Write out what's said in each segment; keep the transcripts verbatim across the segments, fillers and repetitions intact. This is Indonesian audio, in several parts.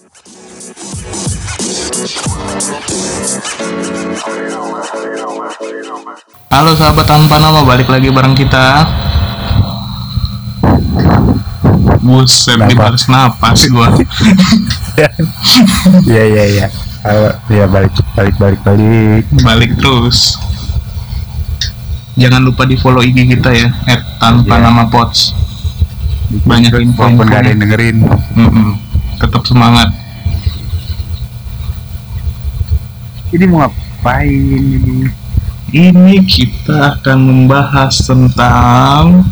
Halo sahabat tanpa nama, balik lagi bareng kita. Buset, dibales napas gua. Iya iya iya. Halo, ya balik balik balik balik. Balik terus. Jangan lupa di follow I G kita ya, et tanpa Yeah. nama pods. Banyak info Walaupun gak ada yang dengerin. Mm-mm. Tetap semangat. Ini mau ngapain ini? Ini kita akan membahas tentang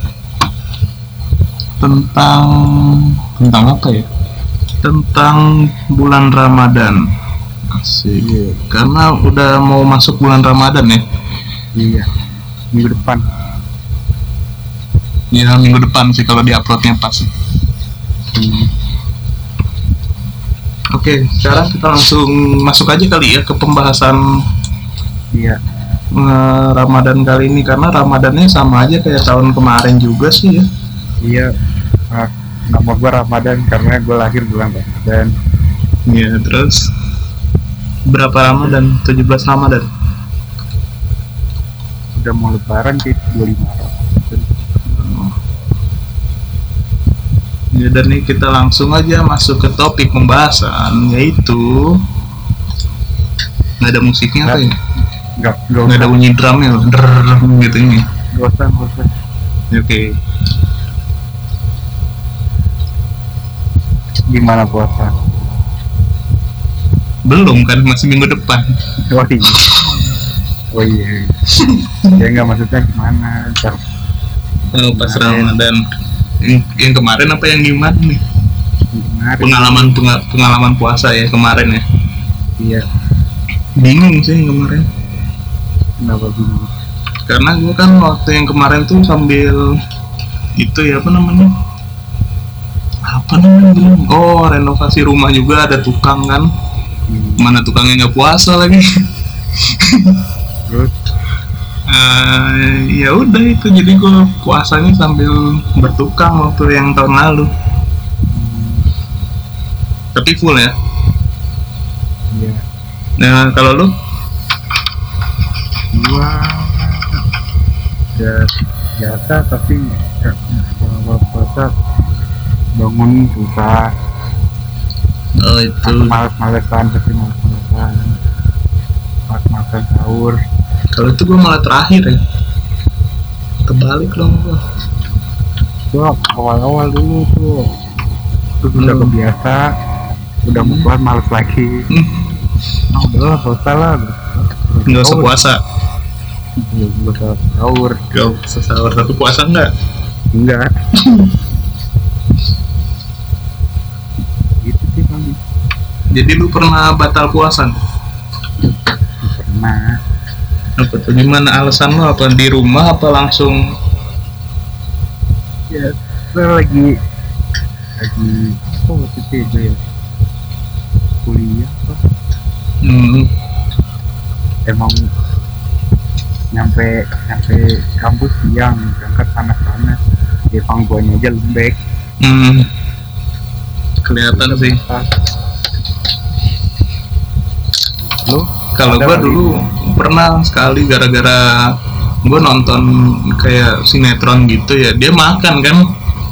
tentang tentang apa ya? Tentang bulan Ramadan. Asik. Iya. Karena udah mau masuk bulan Ramadan ya. Iya. Minggu depan. Ya minggu depan sih kalau diuploadnya pas. Hmm. Oke, sekarang kita langsung masuk aja kali ya ke pembahasan Iya. eh, Ramadan kali ini, karena Ramadannya sama aja kayak tahun kemarin juga sih ya. Iya. Ah, nama gua Ramadan karena gua lahir bulan Ramadan. Ya, terus berapa Ramadan? tujuh belas Ramadan. Udah mau lebaran kayak dua puluh lima Ramadan. Ya, dan ini kita langsung aja masuk ke topik pembahasan, yaitu nggak ada musiknya apa ya? Enggak, enggak Nggak ada usah. bunyi drumnya loh, drrrr gitu ini. Enggak usah, enggak usah. Oke, Gimana puasa? belum kan, masih minggu depan. Oh iya. Oh iya. Ya enggak, maksudnya gimana? Ntar Oh, pas Kemarin. Ramadan. Yang, yang kemarin apa yang gimana nih? gimana? Pengalaman penga- pengalaman puasa ya kemarin ya. Iya. Bingung sih yang kemarin. Kenapa bingung? Karena gue kan waktu yang kemarin tuh sambil itu ya apa namanya? Apa namanya? Belum. Oh, renovasi rumah juga, ada tukang kan. Hmm. Mana tukangnya nggak puasa lagi. Terus Eh, ya udah itu, jadi gue puasanya sambil bertukang waktu yang tahun lalu. Tapi full ya. iya. Nah kalau lu? Gua ya biasa, tapi ya, kalau puasa bangun susah, Oh itu. malas-malesan, tapi malas-malesan, malas-malesan sahur. Kalau itu gue malah terakhir ya. Kebalik dong gue. Gua awal-awal dulu tuh terus udah Hmm. kebiasa, udah mau keluar males lagi. Hmm. Nah, udah lah, gak usah lah. Nggak usah puasa. Iya, gak usah sahur. Gak usah sahur, tapi puasa nggak? Enggak. Gitu sih Bang. Jadi lu pernah batal puasa? Pernah. Apa tuh? Gimana alasan lu? Apa di rumah apa langsung? Ya, saya lagi lagi apa waktu itu ya, gue ya kuliah apa? Hmm. Emang nyampe nyampe kampus siang, berangkat panas-panas, ya pangkuannya aja lembek. Hmm. Kelihatan sih. Lu Kalau ada gue kali? dulu pernah sekali gara-gara gue nonton kayak sinetron gitu ya, dia makan kan.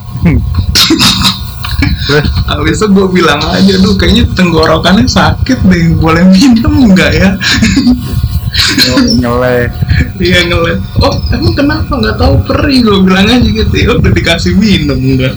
Terus Habis itu gue bilang aja, duh kayaknya tenggorokannya sakit deh, boleh minum nggak ya? nyeleh. Dia ngeliat, oh emang kenapa, nggak tahu perih, gue bilang aja gitu ya, udah dikasih minum enggak?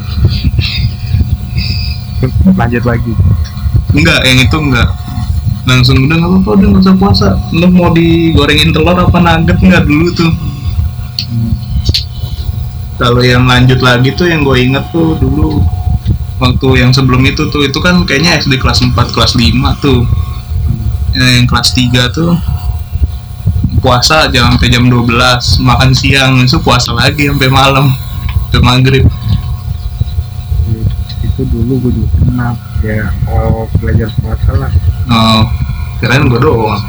Terus lanjut lagi. Enggak, yang itu enggak. Langsung udah nggak apa-apa, udah nggak usah puasa. Lu mau digorengin telur apa nugget nggak dulu tuh? Hmm. Kalau yang lanjut lagi tuh yang gue inget tuh dulu waktu yang sebelum itu tuh, itu kan kayaknya S D kelas empat kelas lima tuh. Ya, yang kelas tiga tuh puasa jam sampai jam dua belas, makan siang itu puasa lagi sampai malam, sampai maghrib. Itu dulu gue juga pernah ya, oh belajar puasa lah. Oh, kirain gue doang.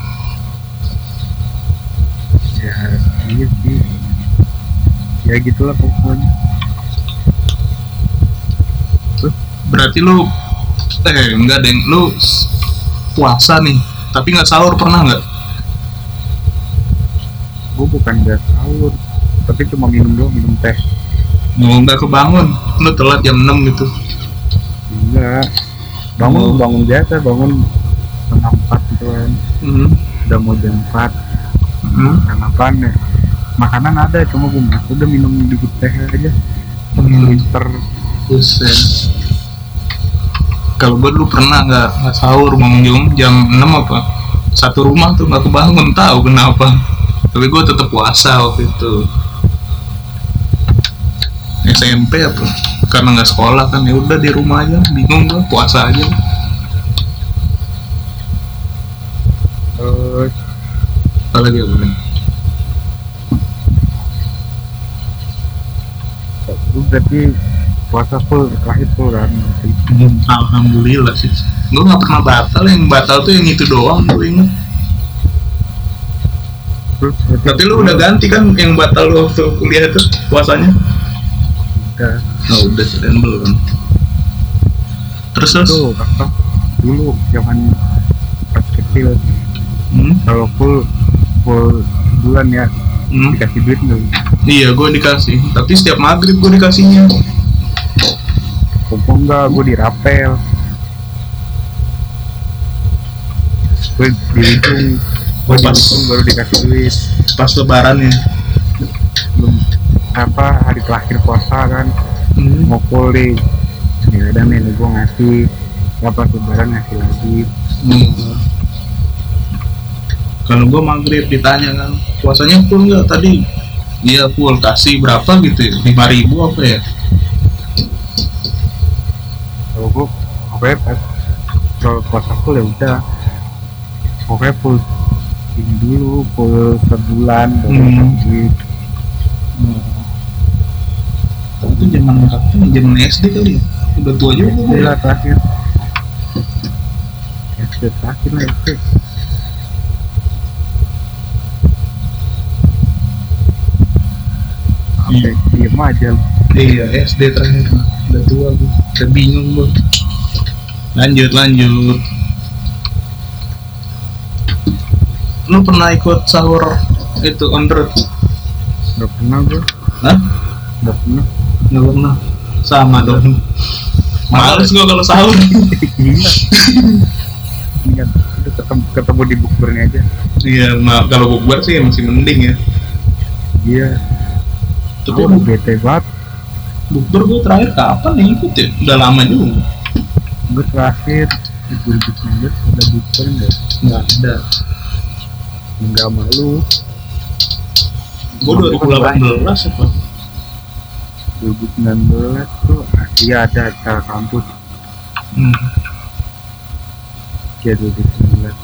Ya iya sih, ya gitulah pokoknya. Berarti lu Eh enggak deng, lu puasa nih tapi nggak sahur pernah nggak? Gue bukan gak sahur, tapi cuma minum doang, minum teh. Mau nggak kebangun, lu telat jam enam gitu. Enggak, bangun Oh. bangun biasa, bangun setengah empat gitu kan. Hmm. Udah mau jam empat, Hmm. kan apaan ya? Makanan ada, cuma gue mas udah minum dikit teh aja. Hmm. Liter. Buset. Kalau gue dulu pernah nggak nggak sahur, bangun jam enam apa satu rumah tuh nggak kebangun, tahu kenapa, tapi gue tetap puasa waktu itu. S M P apa karena nggak sekolah kan, ya udah di rumah aja, bingung gue puasa aja. Terus Apa lagi apa lagi? lu berarti puasa full, terakhir full kan? Hmm, alhamdulillah sih, gue nggak pernah batal. Yang batal tuh yang itu doang gue inget. Terus Tapi lu udah ganti kan yang batal lu waktu kuliah itu puasanya? udah. Oh udah, sedang belum. Terus terus. Tuh apa? Dulu zaman pas kecil, Hmm? kalau full full bulan ya Hmm? dikasih duit nggak? Iya, gue dikasih. Tapi setiap maghrib gue dikasihnya. Kumpul enggak, gue dirapel. Gue dihitung, gue Pas. dihitung baru dikasih duit. Pas lebaran ya. Belum apa hari terakhir puasa kan, Hmm. mau full deh. Ya ada nenek gue ngasih, apa lebaran ngasih lagi. Hmm. Kalau gue maghrib ditanya kan, puasanya full nggak tadi? Iya full, kasih berapa gitu ya? Lima ribu apa ya? Kalau gue pokoknya pas kalau puasa full ya udah, pokoknya full ini dulu, full sebulan baru Hmm. dikasih duit. Oh, itu zaman kapan? Zaman S D kali ya? Udah tua juga gue. Itulah terakhir. S D terakhir lah S D. Oke, diem aja lu. Iya, S D terakhir. Udah tua gue. Udah bingung gue. Lanjut, lanjut. Lu pernah ikut sahur itu on the road? Gak pernah gue, Hah? gak pernah. Nggak pernah. Sama dong. Males gue kalau sahur. Gila. Ini kan udah ketemu, ketemu di bukbernya aja. Iya, ma- kalau bukber sih masih mending ya. Iya. Tapi Gue buk- bete banget. bukber gue terakhir kapan ya ikut ya? Udah lama juga. Gue terakhir di dua ribu sembilan belas ada bukber nggak? Nggak ada. Nggak malu. Gue dua ribu delapan belas apa? dua ribu sembilan belas tuh ah, iya ada acara kampus. Hmm. Ya dua ribu sembilan belas.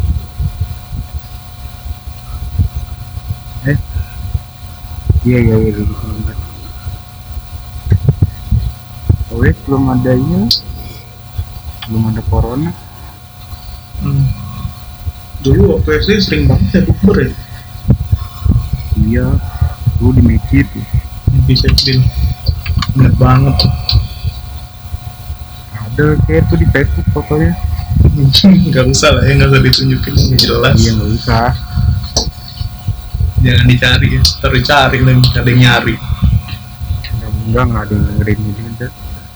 Eh? Iya iya iya dua ribu sembilan belas. Oh ya, belum ada ini, belum ada corona. Hmm. Dulu waktu S D sering banget ya bukber ya. Iya, lu di masjid tuh. Bisa film. Ingat banget. Ada kayak tuh di Facebook fotonya. Nggak usah lah ya, nggak usah ditunjukin, nggak jelas. Iya nggak usah. Jangan dicari ya, terus cari lagi, ada yang nyari. Enggak enggak nggak ada yang dengerin ini udah.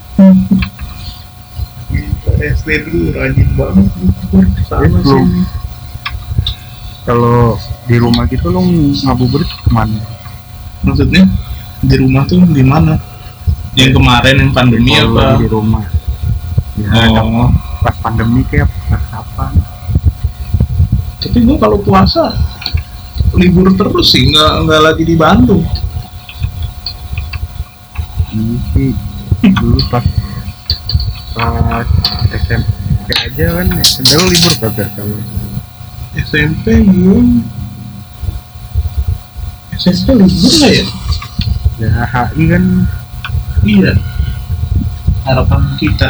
S D dulu rajin banget bukber sama Eh, belum. sini. Kalau di rumah gitu lu ngabuburit kemana? Maksudnya di rumah tuh di mana? Yang kemarin yang pandemi Kalau apa? lagi di rumah. Ya, ada Oh, pas pandemi kayak pas kapan? tapi gua kalau puasa libur terus sih, nggak nggak lagi di Bandung. Ini sih dulu pas pas S M P aja kan, S M P lu libur kagak kalau? S M P belum. S M P libur nggak ya? Ya H I kan Iya. Harapan kita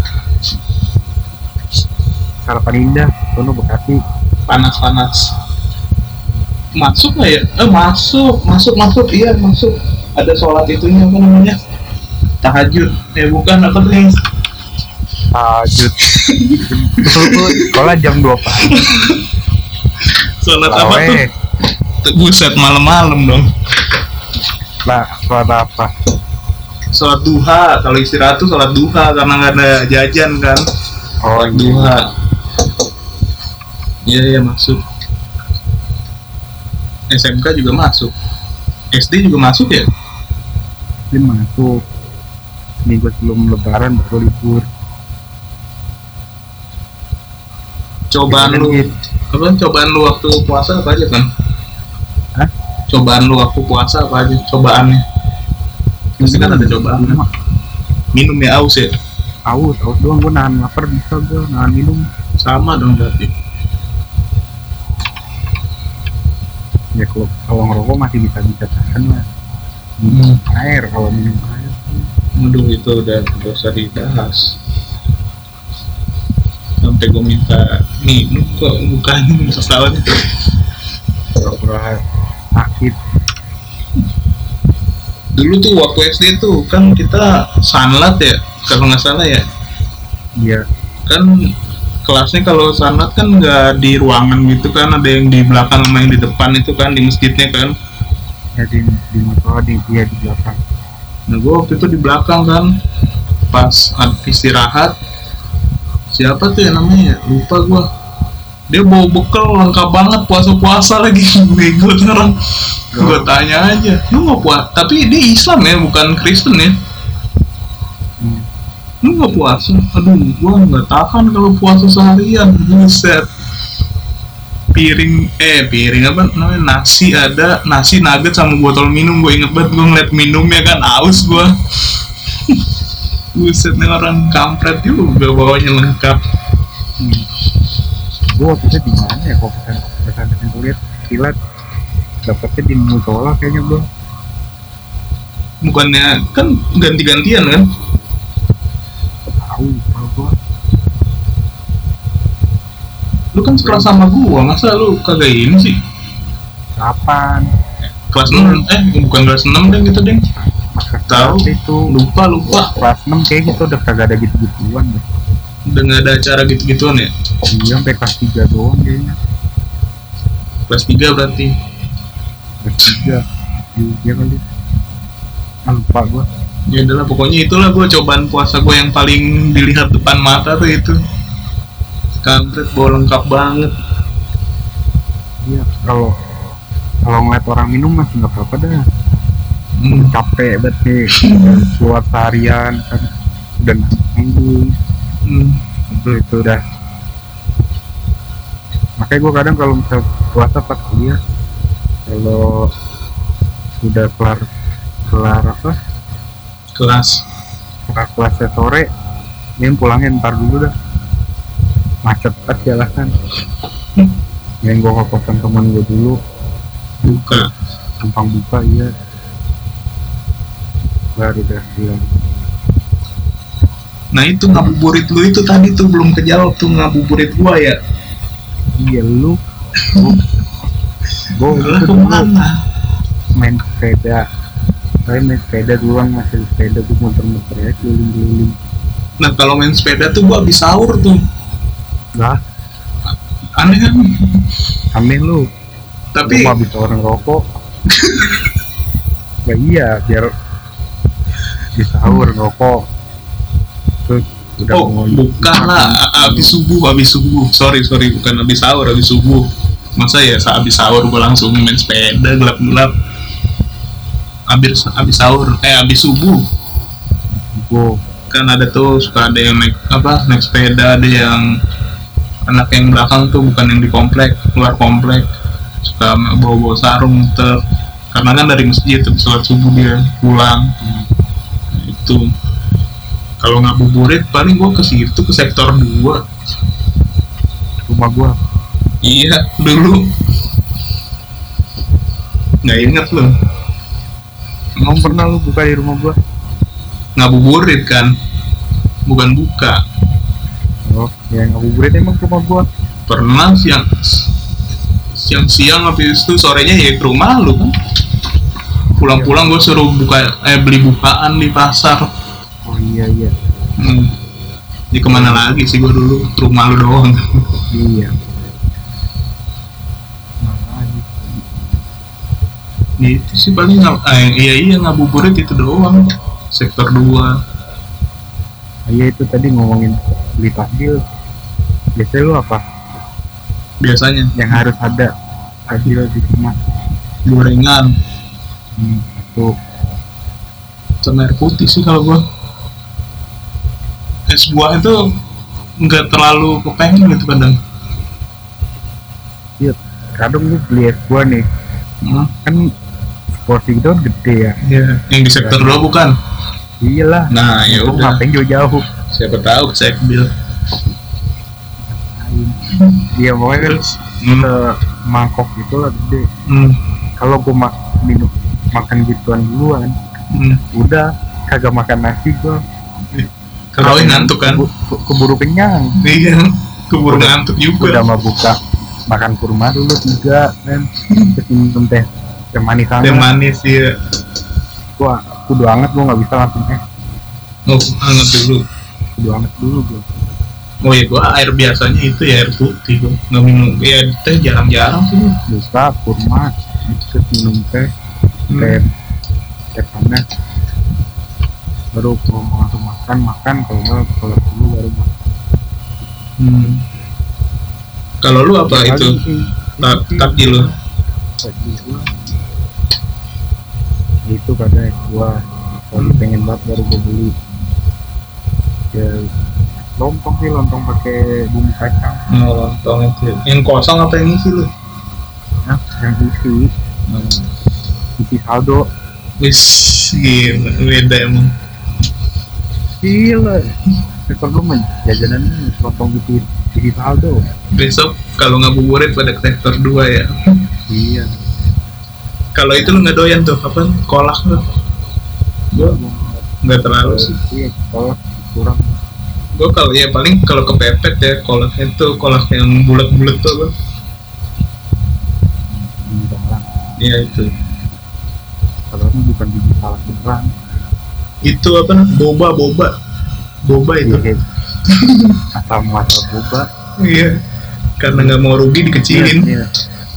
Harapan Indah, sono Bekasi. panas-panas. Masuk nggak ya? Eh masuk, masuk, masuk, iya masuk. Ada sholat itunya apa namanya? Tahajud. Eh bukan apa tuh yang tahajud. Dulu sekolah jam dua pagi. Sholat apa tuh? Buset, malam-malam dong. Lah, sholat apa? Sholat duha. Kalau istirahat tuh sholat duha karena nggak ada jajan kan. Oh, Sholat duha. Iya iya masuk. S M K juga masuk. S D juga masuk ya? Ini masuk. Minggu sebelum lebaran baru libur. Cobaan Gimana lu gitu? apa? Cobaan lu waktu puasa apa aja kan? Hah? Cobaan lu waktu puasa apa aja? Cobaannya? Pasti kan ada cobaan. Minum, Minum ya aus ya? aus, aus doang. Gue nahan lapar bisa, gue nahan minum. Sama dong berarti. Ya kalau kalau ngerokok masih bisa bisa tahan lah. Hmm. Air, kalau minum air. Aduh itu udah gak usah dibahas. Sampai gue minta minum kok mukanya sesalnya. Pura-pura sakit. Dulu tuh waktu S D tuh kan kita sanlat ya kalau nggak salah ya. Iya. Kan kelasnya kalau sanlat kan nggak di ruangan gitu kan, ada yang di belakang sama yang di depan itu kan di masjidnya kan. Ya di di motor di dia di belakang. Nah gue waktu itu di belakang kan, pas istirahat siapa tuh yang namanya ya? Lupa gue. Dia bawa bekal lengkap banget, puasa-puasa lagi. Bego orang. Gue tanya aja, lu nggak puasa? Tapi dia Islam ya, bukan Kristen ya. Hmm. Lu nggak puasa? Aduh, gue nggak tahan kalau puasa seharian. Buset. Piring, eh piring apa namanya, nasi ada, nasi nugget sama botol minum. Gue inget banget, gue ngeliat minumnya kan, aus gue. Buset, nih orang kampret juga bawanya lengkap. Hmm. Gue waktu itu di mana ya, kok pesan pesan kuliah kilat dapetnya di musola kayaknya gue. Bukannya kan ganti-gantian kan? Tahu tahu gue. Lu kan sekelas sama gua, masa lu kagak ini sih? Kapan? Kelas enam, eh bukan kelas enam deh gitu deh. Tahu itu lupa lupa. kelas enam kayak gitu udah kagak ada gitu-gituan deh. Udah nggak ada acara gitu-gituan ya? Iya sampai kelas tiga doang kayaknya. Kelas tiga berarti. Kelas tiga iya kali. Ah, lupa gua. Ya adalah pokoknya itulah gua cobaan puasa gua yang paling dilihat depan mata tuh itu. Kampret bawa lengkap banget. Iya kalau kalau ngeliat orang minum masih nggak apa-apa dah. Hmm. Capek banget nih keluar seharian kan udah nanggung. Hmm. Itu itu udah. Makanya gue kadang kalau misal puasa pas kuliah, kalau udah kelar kelar apa Kelas. kelar kelasnya sore, ini pulangnya ntar dulu dah. Macet banget jalanan. Yang gue ke kosan teman gue dulu, Buka. gampang buka iya. Baru dah bilang. Nah itu ngabuburit lu itu tadi tuh belum kejawab tuh ngabuburit gua ya. Iya lu. Gue Lu kemana? main sepeda. Saya main sepeda doang, masih sepeda gue muter-muter ya keliling-keliling. Nah kalau main sepeda tuh gua habis sahur tuh. Lah, Aneh kan? aneh lu. Tapi Lu mah habis orang rokok. Nah iya, biar bisa sahur rokok. Terus udah oh mau bukan lah, habis subuh, habis subuh. Sorry sorry bukan habis sahur, habis subuh. Masa ya habis sahur gua langsung main sepeda gelap-gelap. Habis habis sahur, eh habis subuh. Gue Kan ada tuh suka ada yang naik apa naik sepeda, ada yang anak yang belakang tuh bukan yang di komplek, keluar komplek suka bawa-bawa sarung muter karena kan dari masjid tuh sholat subuh dia pulang. Nah, itu kalau ngabuburit paling gua ke situ ke sektor dua. rumah gue. Iya dulu nggak inget loh. Emang pernah lu buka di rumah gue? Ngabuburit kan bukan buka. Oh, yang ngabuburit emang ke rumah gue. Pernah siang siang-siang habis itu sorenya ya ke rumah lu kan. Pulang-pulang gue suruh buka eh beli bukaan di pasar. Oh iya iya. Hmm. Ya kemana lagi sih gue dulu, ke rumah lu doang. Iya. Nah, lagi. Gitu sih paling nggak, eh, iya iya ngabuburit itu doang. Sektor dua. Ah, iya itu tadi ngomongin beli takjil. Biasanya lu apa? Biasanya Yang harus ada takjil di rumah. gorengan Hmm, tuh. sama air putih sih kalau gua. Es buah itu nggak terlalu kepengen gitu kadang. Iya. Kadang lu beli es buah nih, Hmm. kan porsi itu kan gede ya. Iya. Yang di sektor dua bukan? Iyalah. Nah ya Untung udah. ngapain jauh-jauh. Siapa tahu ke sekbil. Iya pokoknya kan Terus, hmm. mangkok gitu lah gede. Hmm. Kalau gua mak minum makan gituan duluan, Hmm. udah kagak makan nasi gua. Kalau ngantuk kan? Kebu- ke- keburu kenyang. Iya. Keburu Udah- ngantuk juga. Udah mau buka makan kurma dulu tiga kan, terus minum teh teh manis Teh hangat. manis ya. Gua kudu anget, gua nggak bisa langsung eh Oh, hangat dulu. kudu anget dulu gua. Oh iya, gua air biasanya itu ya air putih gua. Nggak minum, ya teh jarang-jarang sih gua. Buka kurma, terus minum teh teh Hmm. teh panas, baru kalau mau langsung makan makan kalau nggak kalau dulu baru makan. Hmm. Kalau lu apa Lagi itu? sih, Tak itu sih, takjil lu? takjil gua. Itu kata es gua, kalau pengen banget baru gua beli. Ya lontong sih, lontong pakai bumbu kacang. Oh, lontong itu. Yang kosong apa yang isi lu? Nah, yang isi Hmm. isi saldo. Wis, gila, beda emang. Gila, sektor lu mah jajanan lontong isi isi saldo. Besok kalau ngabuburit pada ke sektor dua ya. Iya. Kalau itu lu nggak doyan tuh, apa? Kolak lu? Gua nggak terlalu sih. Iya, kolak kurang. Gua kalau ya paling kalau kepepet ya kolak itu kolak yang bulat-bulat tuh apa? Biji salak. Iya itu. Kalau ini bukan biji salak beneran. Itu apa? Boba, boba, boba itu. Iya, asal muasal boba. Iya. Karena nggak mau rugi dikecilin. Iya.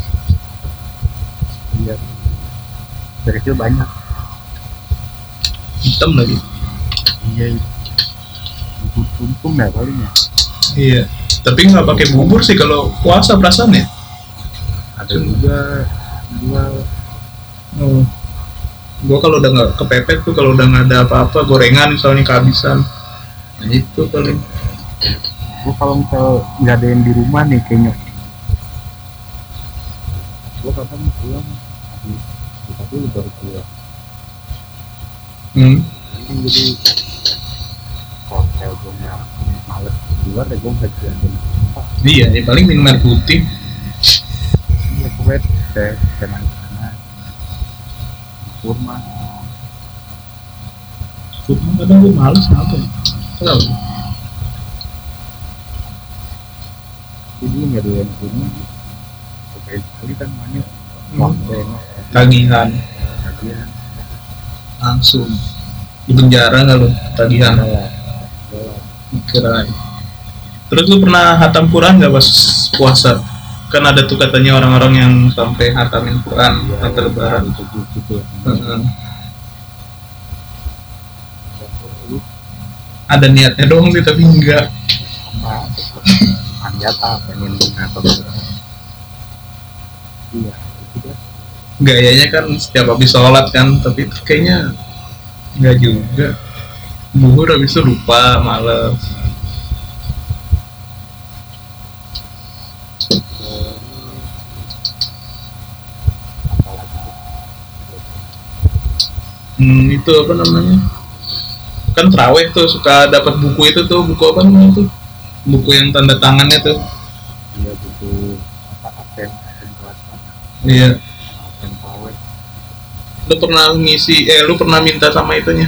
Iya. Dari kecil banyak. Hitam lagi. Iya. Bubur tumpung ya paling ya. Iya. Tapi nggak pakai bubur sih kalau puasa perasaan ya. Ada juga jual. Oh. Gua kalau udah nggak kepepet tuh kalau udah nggak ada apa-apa gorengan misalnya kehabisan. Nah itu paling. Gua kalau misal nggak ada yang di rumah nih kayaknya. Gua kadang pulang habis kita dulu baru pulang. Hmm. Kan jadi kalau saya gua nggak males keluar ya gua nggak jalan. Iya, ya paling minum air putih. Iya pokoknya teh teh manis hangat, kurma. Kurma kadang gue males apa ya? Tahu. Jadi nggak doyan kurma. Pokoknya sekali kan manis. Wah, enak. Tagihan Tagihan. langsung di penjara nggak lo tagihan? Jalan. Kirain. Terus lu pernah hatam Quran nggak pas puasa? Kan ada tuh katanya orang-orang yang sampai hatamin Quran sampai lebaran. Itu gitu ya. Heeh. Ada niatnya doang sih tapi enggak. Sama anjata pengen atau iya itu deh. Gayanya kan setiap habis sholat kan, tapi itu kayaknya enggak juga. Buhur habis itu lupa, males. Apalagi Hmm, itu apa namanya? Kan terawih tuh suka dapat buku itu tuh, buku apa namanya tuh? Buku yang tanda tangannya tuh. dia butuh apa aten aten kelas Iya. aten pawai. Lu pernah ngisi, eh lu pernah minta sama itunya?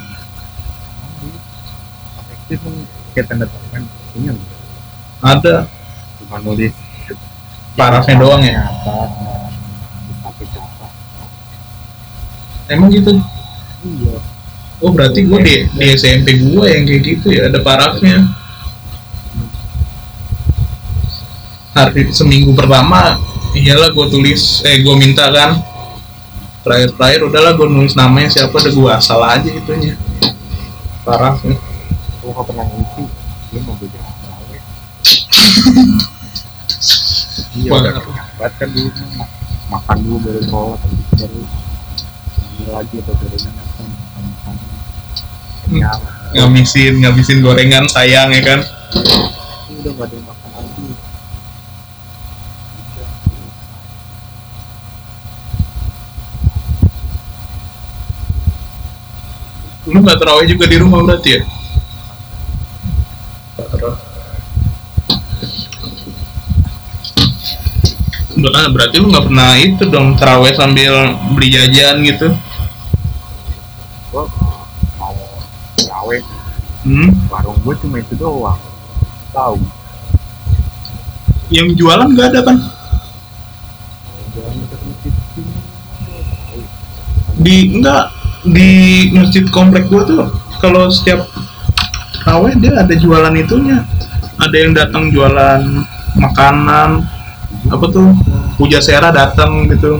Itu pun kayak tanda tangan punya Ada. cuma nulis Parafnya doang ya? apa pakai apa. Emang gitu? Iya. Oh berarti gua di, di S M P gua yang kayak gitu ya, ada parafnya. hari seminggu pertama iyalah gue tulis eh gue minta kan terakhir-terakhir udahlah gue nulis namanya siapa udah gue asal aja itunya parah sih. Gue gak pernah ngisi, dia mau gue jangan gawe. Iya udah banget kan dulu mah. Makan dulu baru sholat, habis itu baru ambil lagi atau gorengan apa makan. Kenyang. Ngabisin, ngabisin gorengan sayang ya kan. Ini udah gak ada yang makan lagi. Lu nggak terawih juga di rumah berarti ya? Nah, berarti lu nggak pernah itu dong terawih sambil beli jajan gitu? Gua mau terawih, Hmm? warung gue cuma itu doang. Tahu? Yang jualan nggak ada kan? Jalan dekat masjid sini. Tahu. Di enggak di masjid komplek gua tuh kalau setiap terawih dia ada jualan itunya. Ada yang datang jualan makanan apa tuh puja sera datang gitu.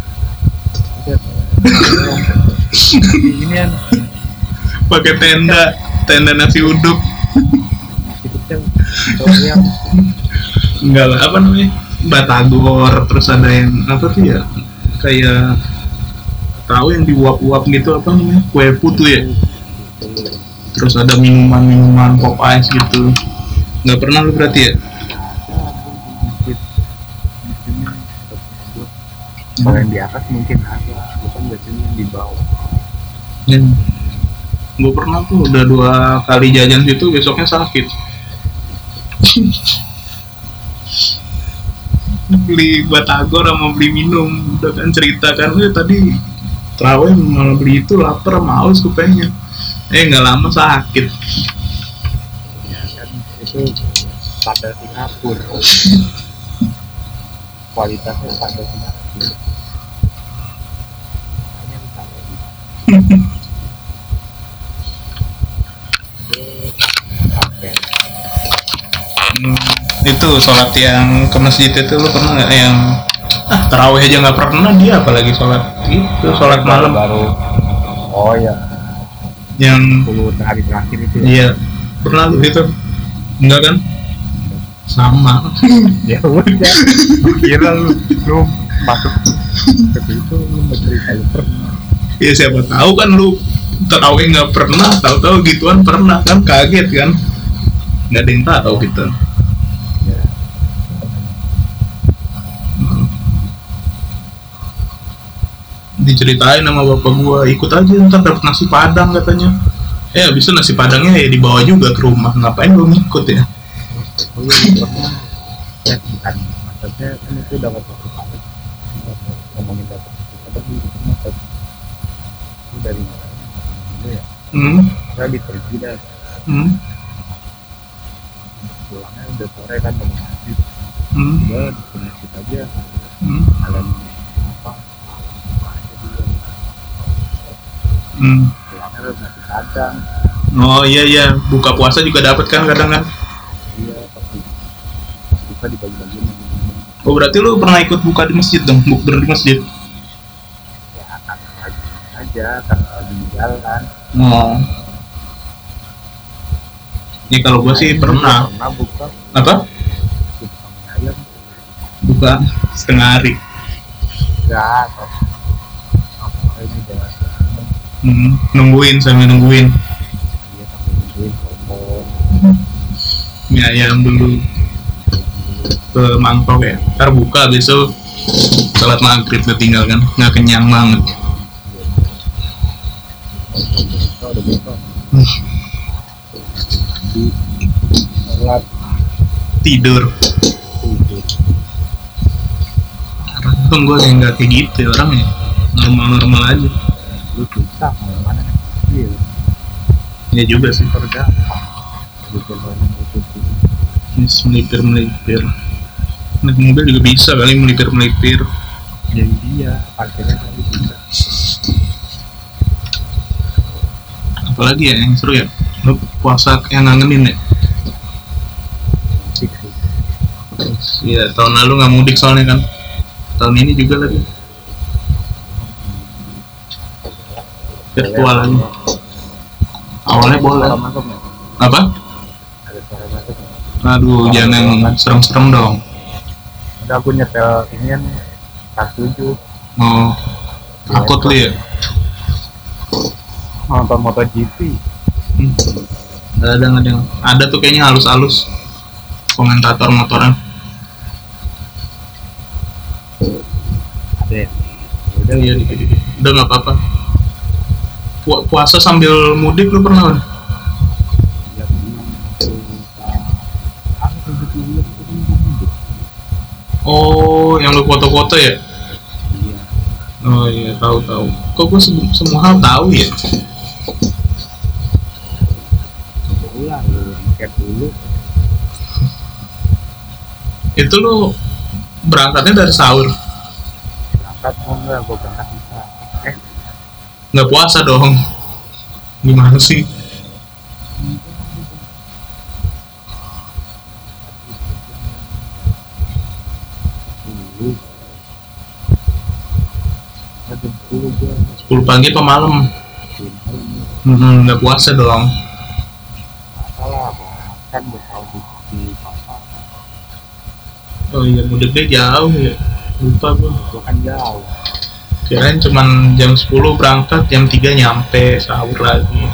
Ini kan Pakai tenda tenda nasi uduk. itu kan kalau yang Enggak lah apa namanya batagor terus ada yang apa tuh ya kayak tahu yang diuap-uap gitu apa namanya kue putu ya terus ada minuman-minuman pop ice gitu nggak pernah lu berarti ya. masjid di sini kalau yang di atas mungkin ada, bukan biasanya yang di bawah. Ya. Gue pernah tuh udah dua kali jajan situ besoknya sakit. Beli batagor sama beli minum udah kan cerita kan ya tadi terawih malah beli itu lapar males gue pengen eh nggak lama sakit. Ya kan itu standar Singapura. Kualitasnya standar Singapura. Makanya lu tahu gitu. Sampai Hmm, itu sholat yang ke masjid itu lu pernah nggak yang ah terawih aja nggak pernah dia apalagi sholat itu sholat malam baru. Oh ya, yang sepuluh hari terakhir itu ya. iya pernah lu itu enggak kan sama. Ya udah, gua kira lu lu masuk ke itu lu bercerita lu pernah. Ya siapa tahu kan lu terawih nggak pernah tahu-tahu gituan pernah kan kaget kan nggak ada yang tahu gitu. Ya, Diceritain sama bapak gua ikut aja ntar dapet nasi padang katanya eh abis itu nasi padangnya ya dibawa juga ke rumah ngapain gua ngikut ya. oh iya pernah. Ya bukan, maksudnya kan itu dapat satu kali. Ngomongin dapat satu kali itu pernah dapat. Itu dari mana? Dulu ya. hmm, Saya di pergi dah. hmm, Pulangnya udah sore kan mau masjid. hmm, Udah di masjid aja. hmm, Kalian apa? Apa aja dulu. hmm. Pulangnya udah nasi padang. Oh iya iya buka puasa juga dapat kan kadang kan. Iya pasti. Pas buka dibagi-bagiin. Oh berarti lu pernah ikut buka di masjid dong bukber di masjid. Ya kan lagi aja kan lagi di jalan. Oh ini kalau gua sih pernah Pernah buka apa buka mie ayam. buka setengah hari. Enggak, kok. Apa ini jalan Hmm, nungguin sambil nungguin dia sampai nungguin ngomong. mie ayam dulu ke mangkok ya ntar buka besok salat maghrib udah tinggal kan nggak kenyang banget. Buka udah buka. Hmm, Di sholat tidur tidur. untung gue kayak nggak kayak gitu ya orangnya normal-normal aja. Lu susah mau mana nih? Iya, Ya juga sih kerja. Bikin orang itu mis melipir melipir naik mobil juga bisa kali melipir melipir. jadi dia parkirnya tadi bisa. Apalagi ya yang seru ya lu puasa yang ngangenin ya Sik sih. Iya, tahun lalu nggak mudik soalnya kan. Tahun ini juga lagi virtual lagi. Awalnya boleh. Apa? Ada suara masuk nggak? Aduh, jangan yang serem-serem dong. Udah aku nyetel ini kan kelas tujuh Oh, takut lu ya? nonton MotoGP. Hmm. Nggak ada, nggak ada. Ada tuh kayaknya halus-halus komentator motoran. Ada ya? Udah, iya dikit-dikit. Udah nggak apa-apa. Pu- puasa sambil mudik lu pernah kan? Ya benar. Aku tujuh puluh itu kan mudik. Oh, yang lu foto-foto ya? Iya. Oh iya, tahu-tahu. Kok gua se- semua hal tahu ya? Coba ulang lu ngechat dulu. Itu lu berangkatnya dari sahur, Berangkat mau enggak? Gua berangkat bisa. Eh, nggak puasa dong? Gimana sih? dulu. Ada sepuluh gua. sepuluh pagi apa malam? Belum malam nih. Hmm, nggak puasa dong. Salah, kan gua tahu di di pasar. Oh iya, mudiknya jauh ya. Lupa gua. Gua kan jauh. Kirain cuman jam sepuluh berangkat, jam tiga nyampe, sahur lagi.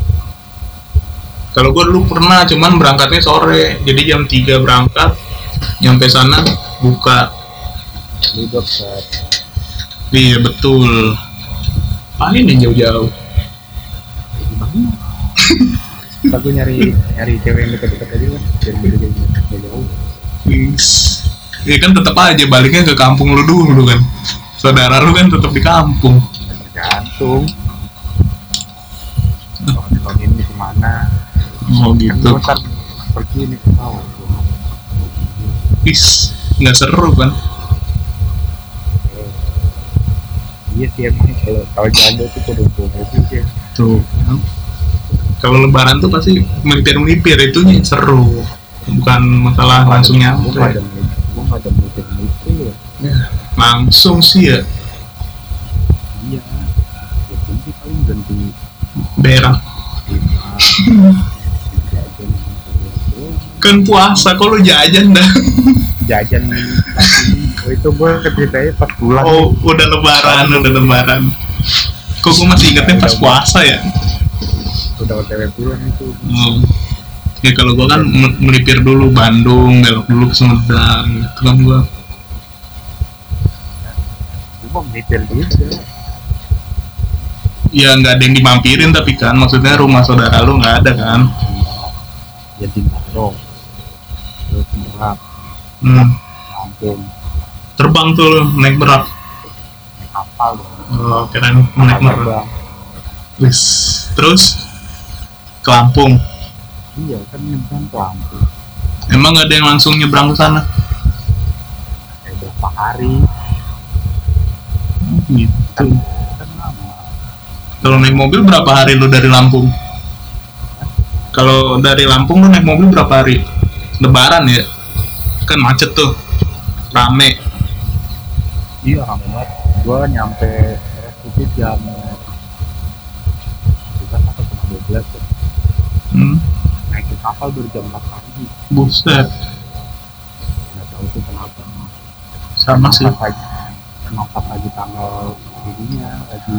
Kalau gua dulu pernah, cuman berangkatnya sore. Jadi jam tiga berangkat, nyampe sana buka. Lu dokter. Iya, betul. Paling yang jauh-jauh. Gimana? Aku nyari nyari cewek yang dekat-dekat aja kan, biar beda jauh jauh. Wis. Ya kan tetap aja baliknya ke kampung lu dulu kan. Saudara lu kan tetap di kampung. Tergantung. Kalau tahun ini kemana? Oh Kan gitu. gua ntar pergi nih ke bawah. Wis, nggak seru kan? Eh, iya sih emang kalau kalau jalan tuh kudu kudu sih. Tuh. Kan. Kalau lebaran tuh pasti melipir-melipir, itu nih seru. Bukan masalah langsung Gua nggak nyampe. ada gua nggak ada mikir-mikir. Ya, langsung sih ya, Iya. Ya nanti paling ganti daerah. lima jajan Kan puasa, kok lu jajan dah. jajan tapi oh, itu gue ceritanya pas pulang. Oh, udah lebaran, udah lebaran. Kok gue masih ingetnya pas puasa ya? Udah otw pulang itu. Hmm. Ya kalau gua kan me- melipir dulu Bandung, belok dulu ke Sumedang, gitu kan gua. Gue mau mikir juga. Ya nggak ada yang dimampirin tapi kan, maksudnya rumah saudara lu nggak ada kan? Jadi Baro terus Merak, Hmm. Lampung, Terbang tuh lu, naik Merak. naik kapal dong. Oh, keren naik Kapal Merak. terbang. Wis, terus ke Lampung. Iya kan nyebrang ke Lampung. Emang nggak ada yang langsung nyebrang ke sana? Kayak berapa hari Gitu. kan lama. Kalau naik mobil berapa hari lu dari Lampung? Kalau dari Lampung lu naik mobil berapa hari? Lebaran ya? Kan macet tuh, rame. Iya rame banget. Gue nyampe Merak itu jam sebelas atau setengah dua belas ya. Hmm. Naik ke kapal baru jam empat pagi. Buset, Nggak tahu tuh kenapa. sama sih. Pas lagi, emang pas lagi tanggal ininya lagi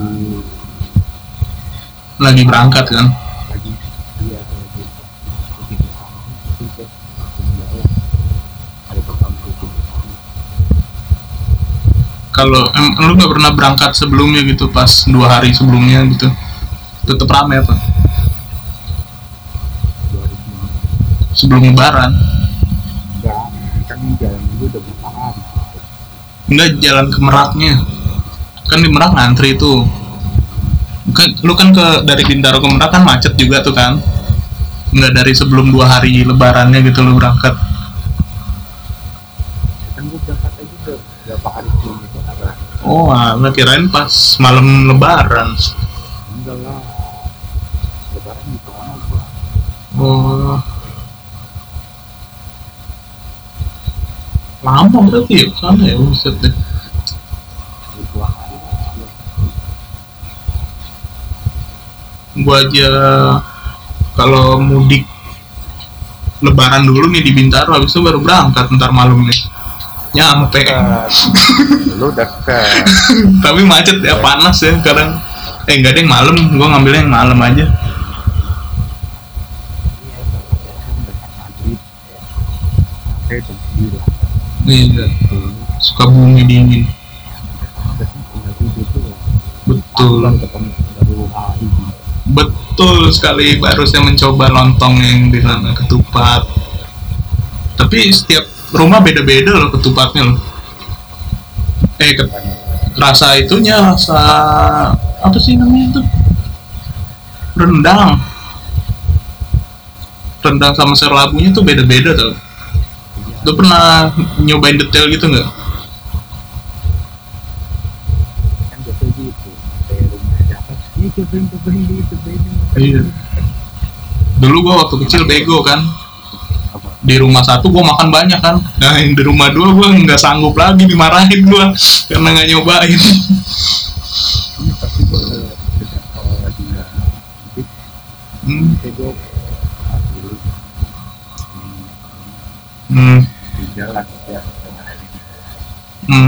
Lagi berangkat kan? lagi iya lagi lagi ke sana itu deh langsung jalan hari pertama itu. Kalau em, lu nggak pernah berangkat sebelumnya gitu, pas dua hari sebelumnya gitu, tetap rame apa? dua ribu sembilan Sebelum Lebaran? enggak kan jalan dulu udah berapa hari. Enggak, jalan ke Meraknya. Kan di Merak ngantri tuh. Kan, lu kan ke dari Bintaro ke Merak kan macet juga tuh kan? Enggak dari sebelum dua hari Lebarannya gitu lu berangkat. Kan gue berangkat aja udah berapa hari sebelum itu ada. Oh, ah, kirain pas malam Lebaran. Enggak lah lebaran di sana gua. Oh, Lama berarti ya sana ya, buset deh. dua hari lah. Gua aja kalau mudik lebaran dulu nih di Bintaro, habis itu baru berangkat ntar malam nih nyampe. Dekat. Lu dekat. Tapi macet ya, panas ya kadang. Eh enggak deh, malam gua ngambilnya yang malam aja. Iya, dekat maghrib. Sampai jam sembilan. Iya, suka bumi dingin. Ada sih tinggal tidur tuh. Betul. Baru ketemu baru hari. Betul sekali, baru saya mencoba lontong yang di sana, ketupat. Tapi setiap rumah beda-beda loh ketupatnya loh. Eh, ke, rasa itunya, rasa apa sih namanya tuh? Rendang. Rendang sama serlabunya tuh beda-beda tau. Lo pernah nyobain detail gitu nggak? Kan biasa gitu. Kayak rumah siapa? Ih, cobain, cobain, cobain. Iya. Dulu gua waktu kecil bego kan. Apa? Di rumah satu gua makan banyak kan. Nah yang di rumah dua gua nggak sanggup lagi, dimarahin gua karena nggak nyobain. Ini pasti gue ke kalau lagi nggak mudik, Hmm. kayak gue pilih Hmm. di jalan ya. Hmm.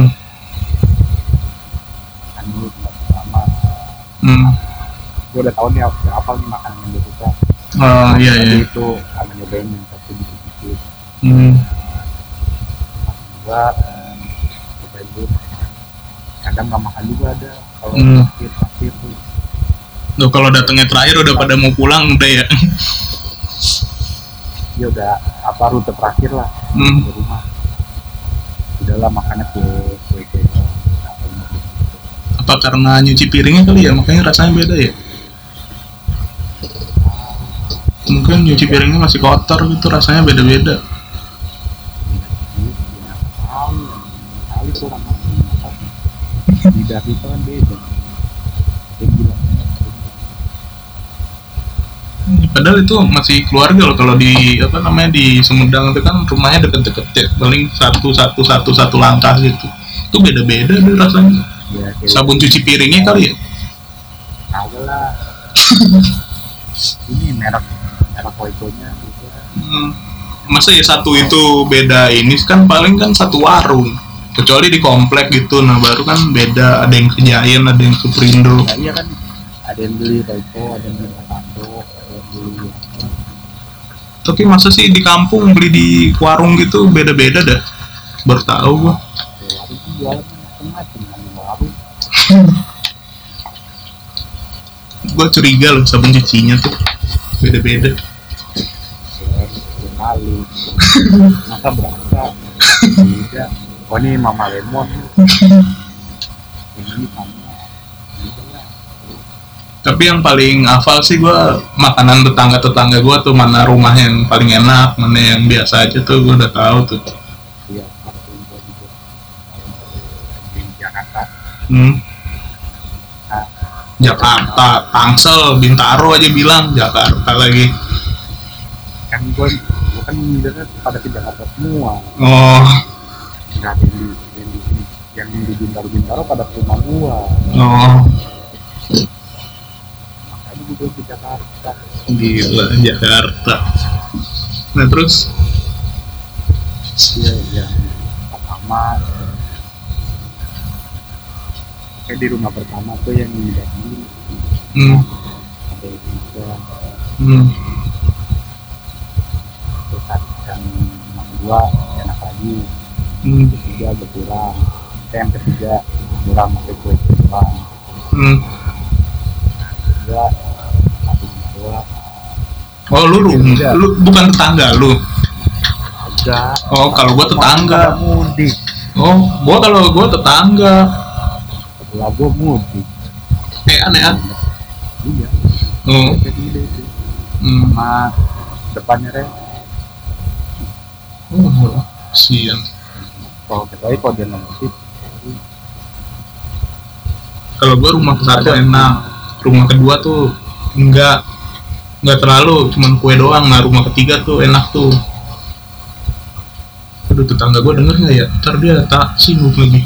Kan dulu tempat pertama, Hmm. gue udah tahu nih udah apa nih makanan yang gue suka. Oh iya Tadi iya. itu sama nyobain yang satu dikit-dikit. Hmm. Gue cobain dulu makan. Kadang nggak makan juga ada. Kalau Hmm. terakhir terakhir tuh Loh kalau datangnya terakhir udah pada mau pulang udah ya. dia udah apa rute terakhir lah Hmm. di rumah. Udahlah makannya kue kue kue apa gitu. Apa karena nyuci piringnya kali ya, makanya rasanya beda ya. Mungkin nyuci piringnya masih kotor gitu, rasanya beda-beda. Ya, tahu kali kurang apa lidah kita kan beda. Dia bilang Padahal itu masih keluarga loh, kalau di apa namanya di Sumedang itu kan rumahnya deket-deket ya, paling satu satu satu satu langkah gitu. Itu beda-beda deh rasanya. ya kayak Sabun cuci piringnya kali ya. tahu lah. Ini merek merek Oikonya juga. Hmm. Masa ya satu itu beda, ini kan paling kan satu warung. Kecuali di komplek gitu, nah baru kan beda, ada yang ke Giant, ada yang ke Perindo. Ya iya kan ada yang beli Oiko, ada yang beli Tato, ada yang beli apa. Tapi masa sih di kampung beli di warung gitu beda-beda dah. Baru tahu gua. Ya, warung kan jualan macam-macam kan warung. Gua curiga loh sabun cucinya tuh beda-beda. Ya, ya kali. Masa berasa tidak. Oh ini Mama Lemon. Ini sama. Gitu lah. Tapi yang paling hafal sih gua makanan tetangga-tetangga gua tuh, mana rumah yang paling enak, mana yang biasa aja tuh gua udah tahu tuh. Iya, waktu itu juga di Jakarta. Hmm. Nah, Jakarta, Tangsel, Bintaro aja bilang Jakarta lagi. kan gue gue kan biasanya pada ke Jakarta semua. Oh, Nggak ada yang di yang di sini yang di Bintaro Bintaro pada ke rumah gua. oh, Makanya gue bilang ke Jakarta. gila Jakarta. Nah terus, Iya, yang pertama kayak di rumah pertama tuh yang di Bali. hmm, Ada yang juga hmm, terus yang yang kedua enak lagi. hmm, Ketiga berkurang. Eh, yang ketiga kurang pakai kue kurang. hmm. Ketiga satu dua Oh lu rum, lu bukan tetangga lu. tiga. Oh kalau gua tetangga. Mudik. Oh, gua kalau gua tetangga. Setelah gua mudik. Eh aneh ah. Iya. Oh, Jadi itu hmm. sama depannya Ren. Oh, sian. Kalau kecuali kalau dia ngemusik. Kalau gua rumah satu enak, rumah kedua tuh enggak, enggak terlalu, cuman kue doang. Nah rumah ketiga tuh enak tuh. Aduh, tetangga gue denger nggak ya? Ntar dia tak singgung lagi.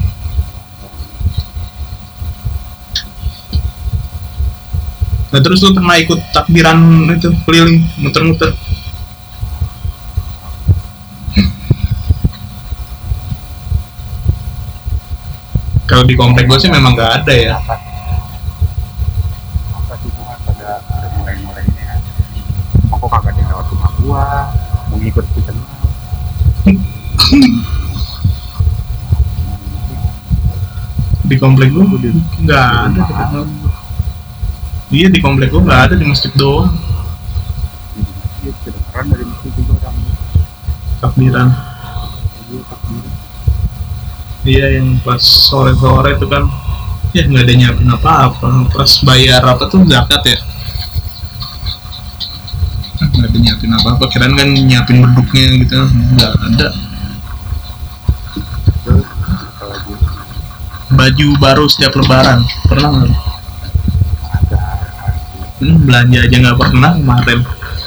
Nah terus lu pernah ikut takbiran itu keliling muter-muter? Kalau di komplek gue sih memang nggak ada ya. apa apa sih tuh kan pada udah mulai-mulai ini kan, aku kagak ada yang lewat rumah gua mau ngikut ke sana. Di komplek gue nggak ada. Iya di komplek gue nggak ada, di masjid doang Di masjid kedengeran dari masjid juga orang takbiran. dia takbir. Iya yang pas sore-sore itu kan ya nggak ada nyiapin apa-apa. Pas bayar apa tuh zakat ya, nggak ada nyiapin apa-apa. Kirain kan nyiapin beduknya gitu, nggak ada. Terus apalagi Baju baru setiap lebaran pernah nggak? ada Hmm, belanja aja nggak pernah kemarin.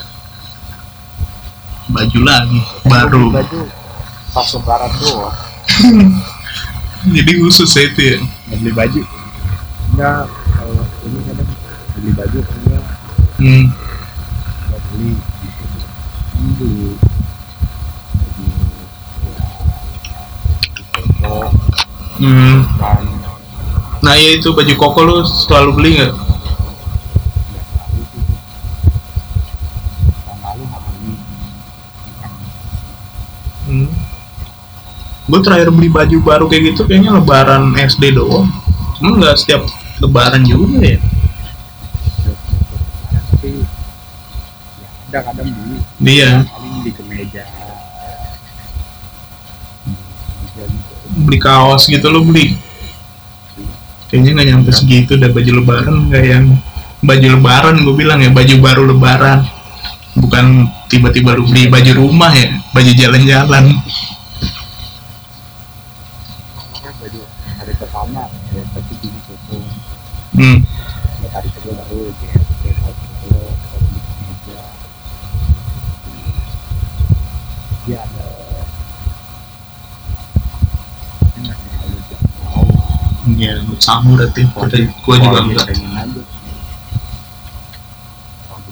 Baju lagi baru. baju pas lebaran doang Jadi khusus ya itu ya. nggak beli baju enggak. Kalau ini kadang beli baju enggak Hmm. nggak beli gitu. Ini beli baju ya koko Hmm. kan Nah ya itu baju koko lu selalu beli nggak? nggak selalu sih tahun lalu nggak beli. Hmm. Gue terakhir beli baju baru kayak gitu kayaknya lebaran S D doang. Cuma nggak setiap lebaran juga ya. Tapi ya ada kadang beli Dia paling di kemeja kemeja gitu. beli kaos gitu lo beli. Kayaknya nggak nyampe segitu dah baju lebaran, nggak yang baju lebaran gue bilang ya, baju baru lebaran. Bukan tiba-tiba lu beli baju rumah ya, baju jalan-jalan. Makanya baju hari pertama ya tapi gini foto Hmm. ya hari kedua baru kayak kayak foto foto di kemeja dia ada tapi nggak terlalu jauh. Ya sama berarti. Gue gue juga enggak. pengen aja rambut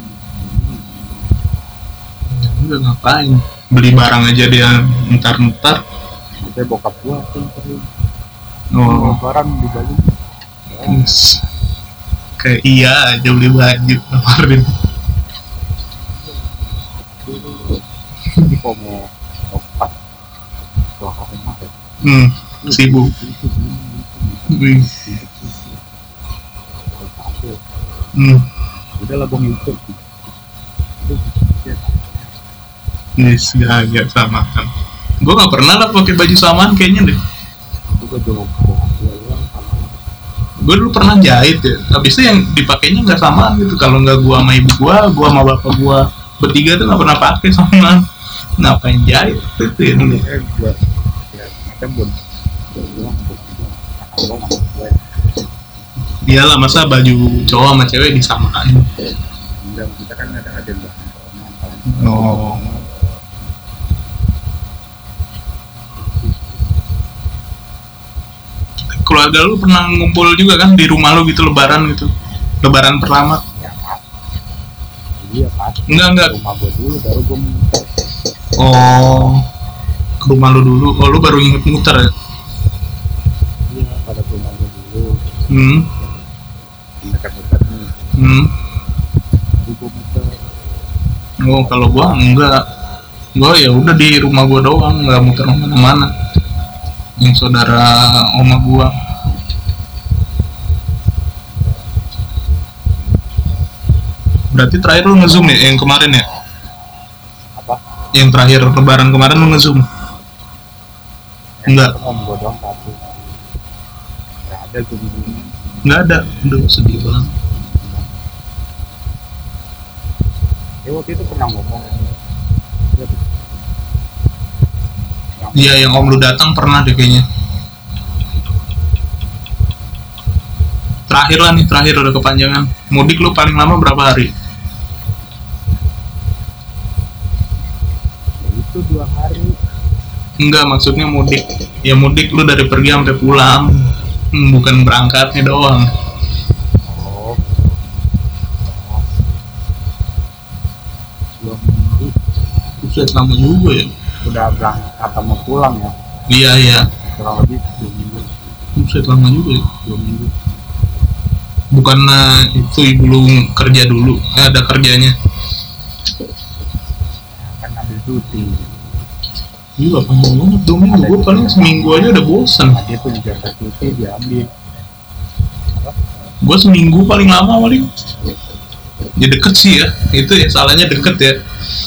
ini Enggak ngapain? Beli barang aja dia ntar-ntar. saya bokap gua tuh yang sering Oh. lebaran di Bali ya, Yes. Kayak iya aja beli baju kemarin. jadi kalau mau mau pas kalau aku masuk Hmm. Sibuk. Wih. Hmm. udah lah gua ngikut udah dia Yes, gak agak sama kan. Gue nggak pernah lah pakai baju samaan kayaknya deh. juga jauh bokap gua doang sama Gue dulu pernah jahit ya. Habis itu yang dipakainya nggak samaan gitu. Kalau nggak gue sama ibu gue, gue sama bapak gue bertiga tuh nggak pernah pakai samaan. Ngapain jahit itu ya dulu. eh gua ya macam buat gua doang bokap gua kakak gua sama gua Iyalah masa baju cowok sama cewek disamain. enggak kita kan ada ada yang bahan corona kan Oh. Keluarga lu pernah ngumpul juga kan di rumah lu gitu lebaran gitu. Lebaran pertama. ya pas iya pas Enggak enggak. rumah gua dulu baru gua muter Oh. Ke rumah lu dulu. Oh lu baru inget muter ya. iya pada ke rumah gua dulu Hmm. dekat-dekat nih Hmm. baru gua muter Oh kalau gua enggak. Gua ya udah di rumah gua doang, nggak muter kemana-mana. Yang saudara oma gua. Berarti terakhir lu nge-zoom ya yang kemarin ya? apa Yang terakhir lebaran kemarin lu nge-zoom? Enggak. om gua doang satu nggak ada gua begini Nggak ada. Aduh sedih banget. ya waktu itu pernah ngomong ya, Iya yang om lu datang pernah deh kayaknya. Terakhir lah nih, terakhir udah kepanjangan. Mudik lu paling lama berapa hari? ya itu dua hari Enggak, maksudnya mudik. Ya mudik lu dari pergi sampai pulang. Hmm, bukan berangkatnya doang. Oh, dua minggu Buset, lama juga ya. udah berangkat atau mau pulang ya, Iya, iya. kurang lebih dua minggu Buset, lama juga ya. dua minggu Bukan itu ibu lu kerja dulu. Eh, ada kerjanya. kan ambil cuti. Iya, panjang banget dua minggu. Gue paling seminggu aja udah bosan. Nah, dia tuh juga cuti dia ambil. Gue seminggu paling lama paling. Ya deket sih ya. Itu ya salahnya deket ya.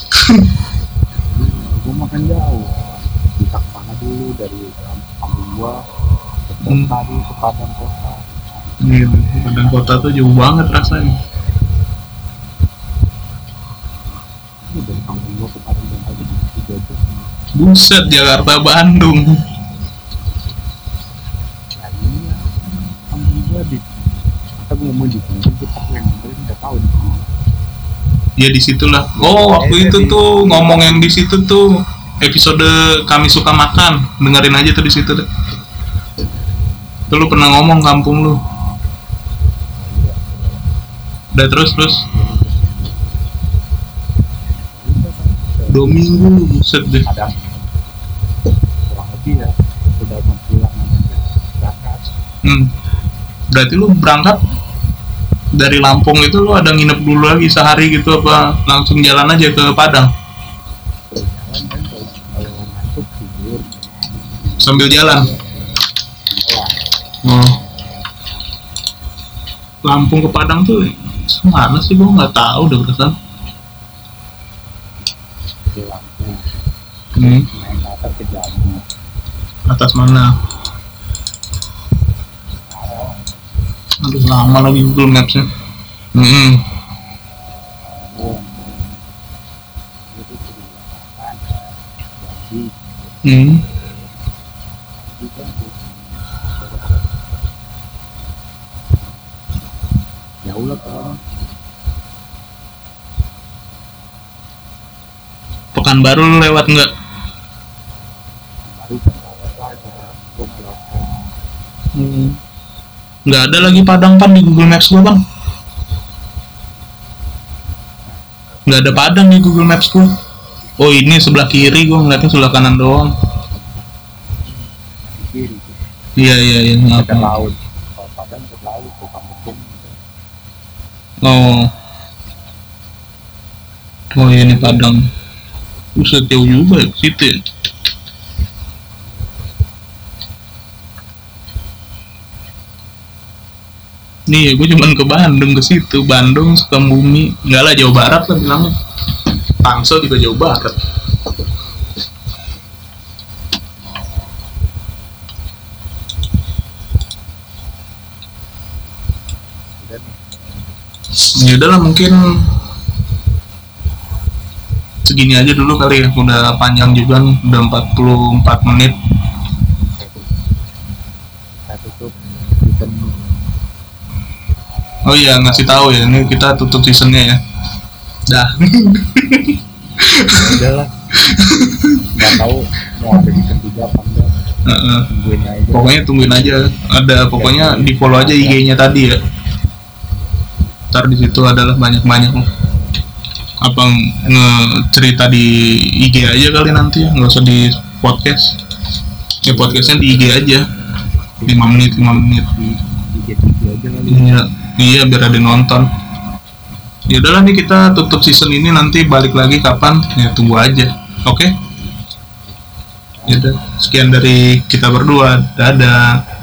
Gue makan jauh, bisa kemana dulu dari kampung gua ke Hmm. tadi ke Padang kota. Iya, Padang kota tuh jauh banget rasanya. Ini dari kampung gua ke Padang kota itu tiga jam. Buset, Jakarta Bandung. Ya iya, kampung gua di kata gua mau di sini, kita yang kemarin nggak tahu di sini. Ya disitulah. Oh, waktu itu tuh ngomong yang di situ tuh episode kami suka makan. Dengerin aja tuh di situ deh. Tuh lu pernah ngomong kampung lu. Udah terus terus dua minggu buset deh. Ada kurang lebih ya, udah mau pulang namanya berangkat. Hmm. Berarti lu berangkat dari Lampung itu lu ada nginep dulu lagi sehari gitu apa langsung jalan aja ke Padang Jalan kan kalau kalau ngantuk tidur. sambil jalan? Wah, Oh. Lampung ke Padang tuh mana sih, gua nggak tahu udah perasaan. di Lampung, Hmm. main ke atas ke Jambi. Atas mana? Aduh, lama lagi Google Maps-nya. Hmm. Oh, itu di Balikpapan, Jambi, Hmm. juga di jauh lah kan. Pekanbaru lu lewat nggak? Baru kan apa itu gua kalau Hmm. Nggak ada lagi Padang pan di Google Maps gua bang. Nggak ada Padang di Google Maps gua. Oh ini sebelah kiri, gua ngeliatnya sebelah kanan doang. di kiri tuh, Iya iya iya. dekat Ngapa? laut. Kalau Padang dekat laut tuh kampung. Oh. Oh iya ini Padang. Buset, jauh juga ya ke situ ya. Nih ya, gue cuman ke Bandung ke situ, Bandung, Sukabumi, enggak lah Jawa Barat lah bilangnya. Tangsel juga Jawa Barat. Udah nih, Ya udahlah mungkin segini aja dulu kali ya, udah panjang juga nih, udah empat puluh empat menit. saya tutup season. Oh iya, ngasih tahu ya, ini kita tutup seasonnya ya. Dah. Ya udahlah, nggak tahu mau ada season tiga apa enggak, Heeh. tungguin aja. Pokoknya tungguin aja. Ada pokoknya di follow aja I G-nya tadi ya. Ntar di situ adalah banyak-banyak apa nge-cerita di I G aja kali nanti ya, nggak usah di podcast. Ya podcastnya di I G aja. lima menit lima menit. di di G T V aja kali. Iya, iya biar ada yang nonton. Ya udahlah nih kita tutup season ini, nanti balik lagi kapan? Ya tunggu aja. Oke? Ya udah, sekian dari kita berdua. Dadah.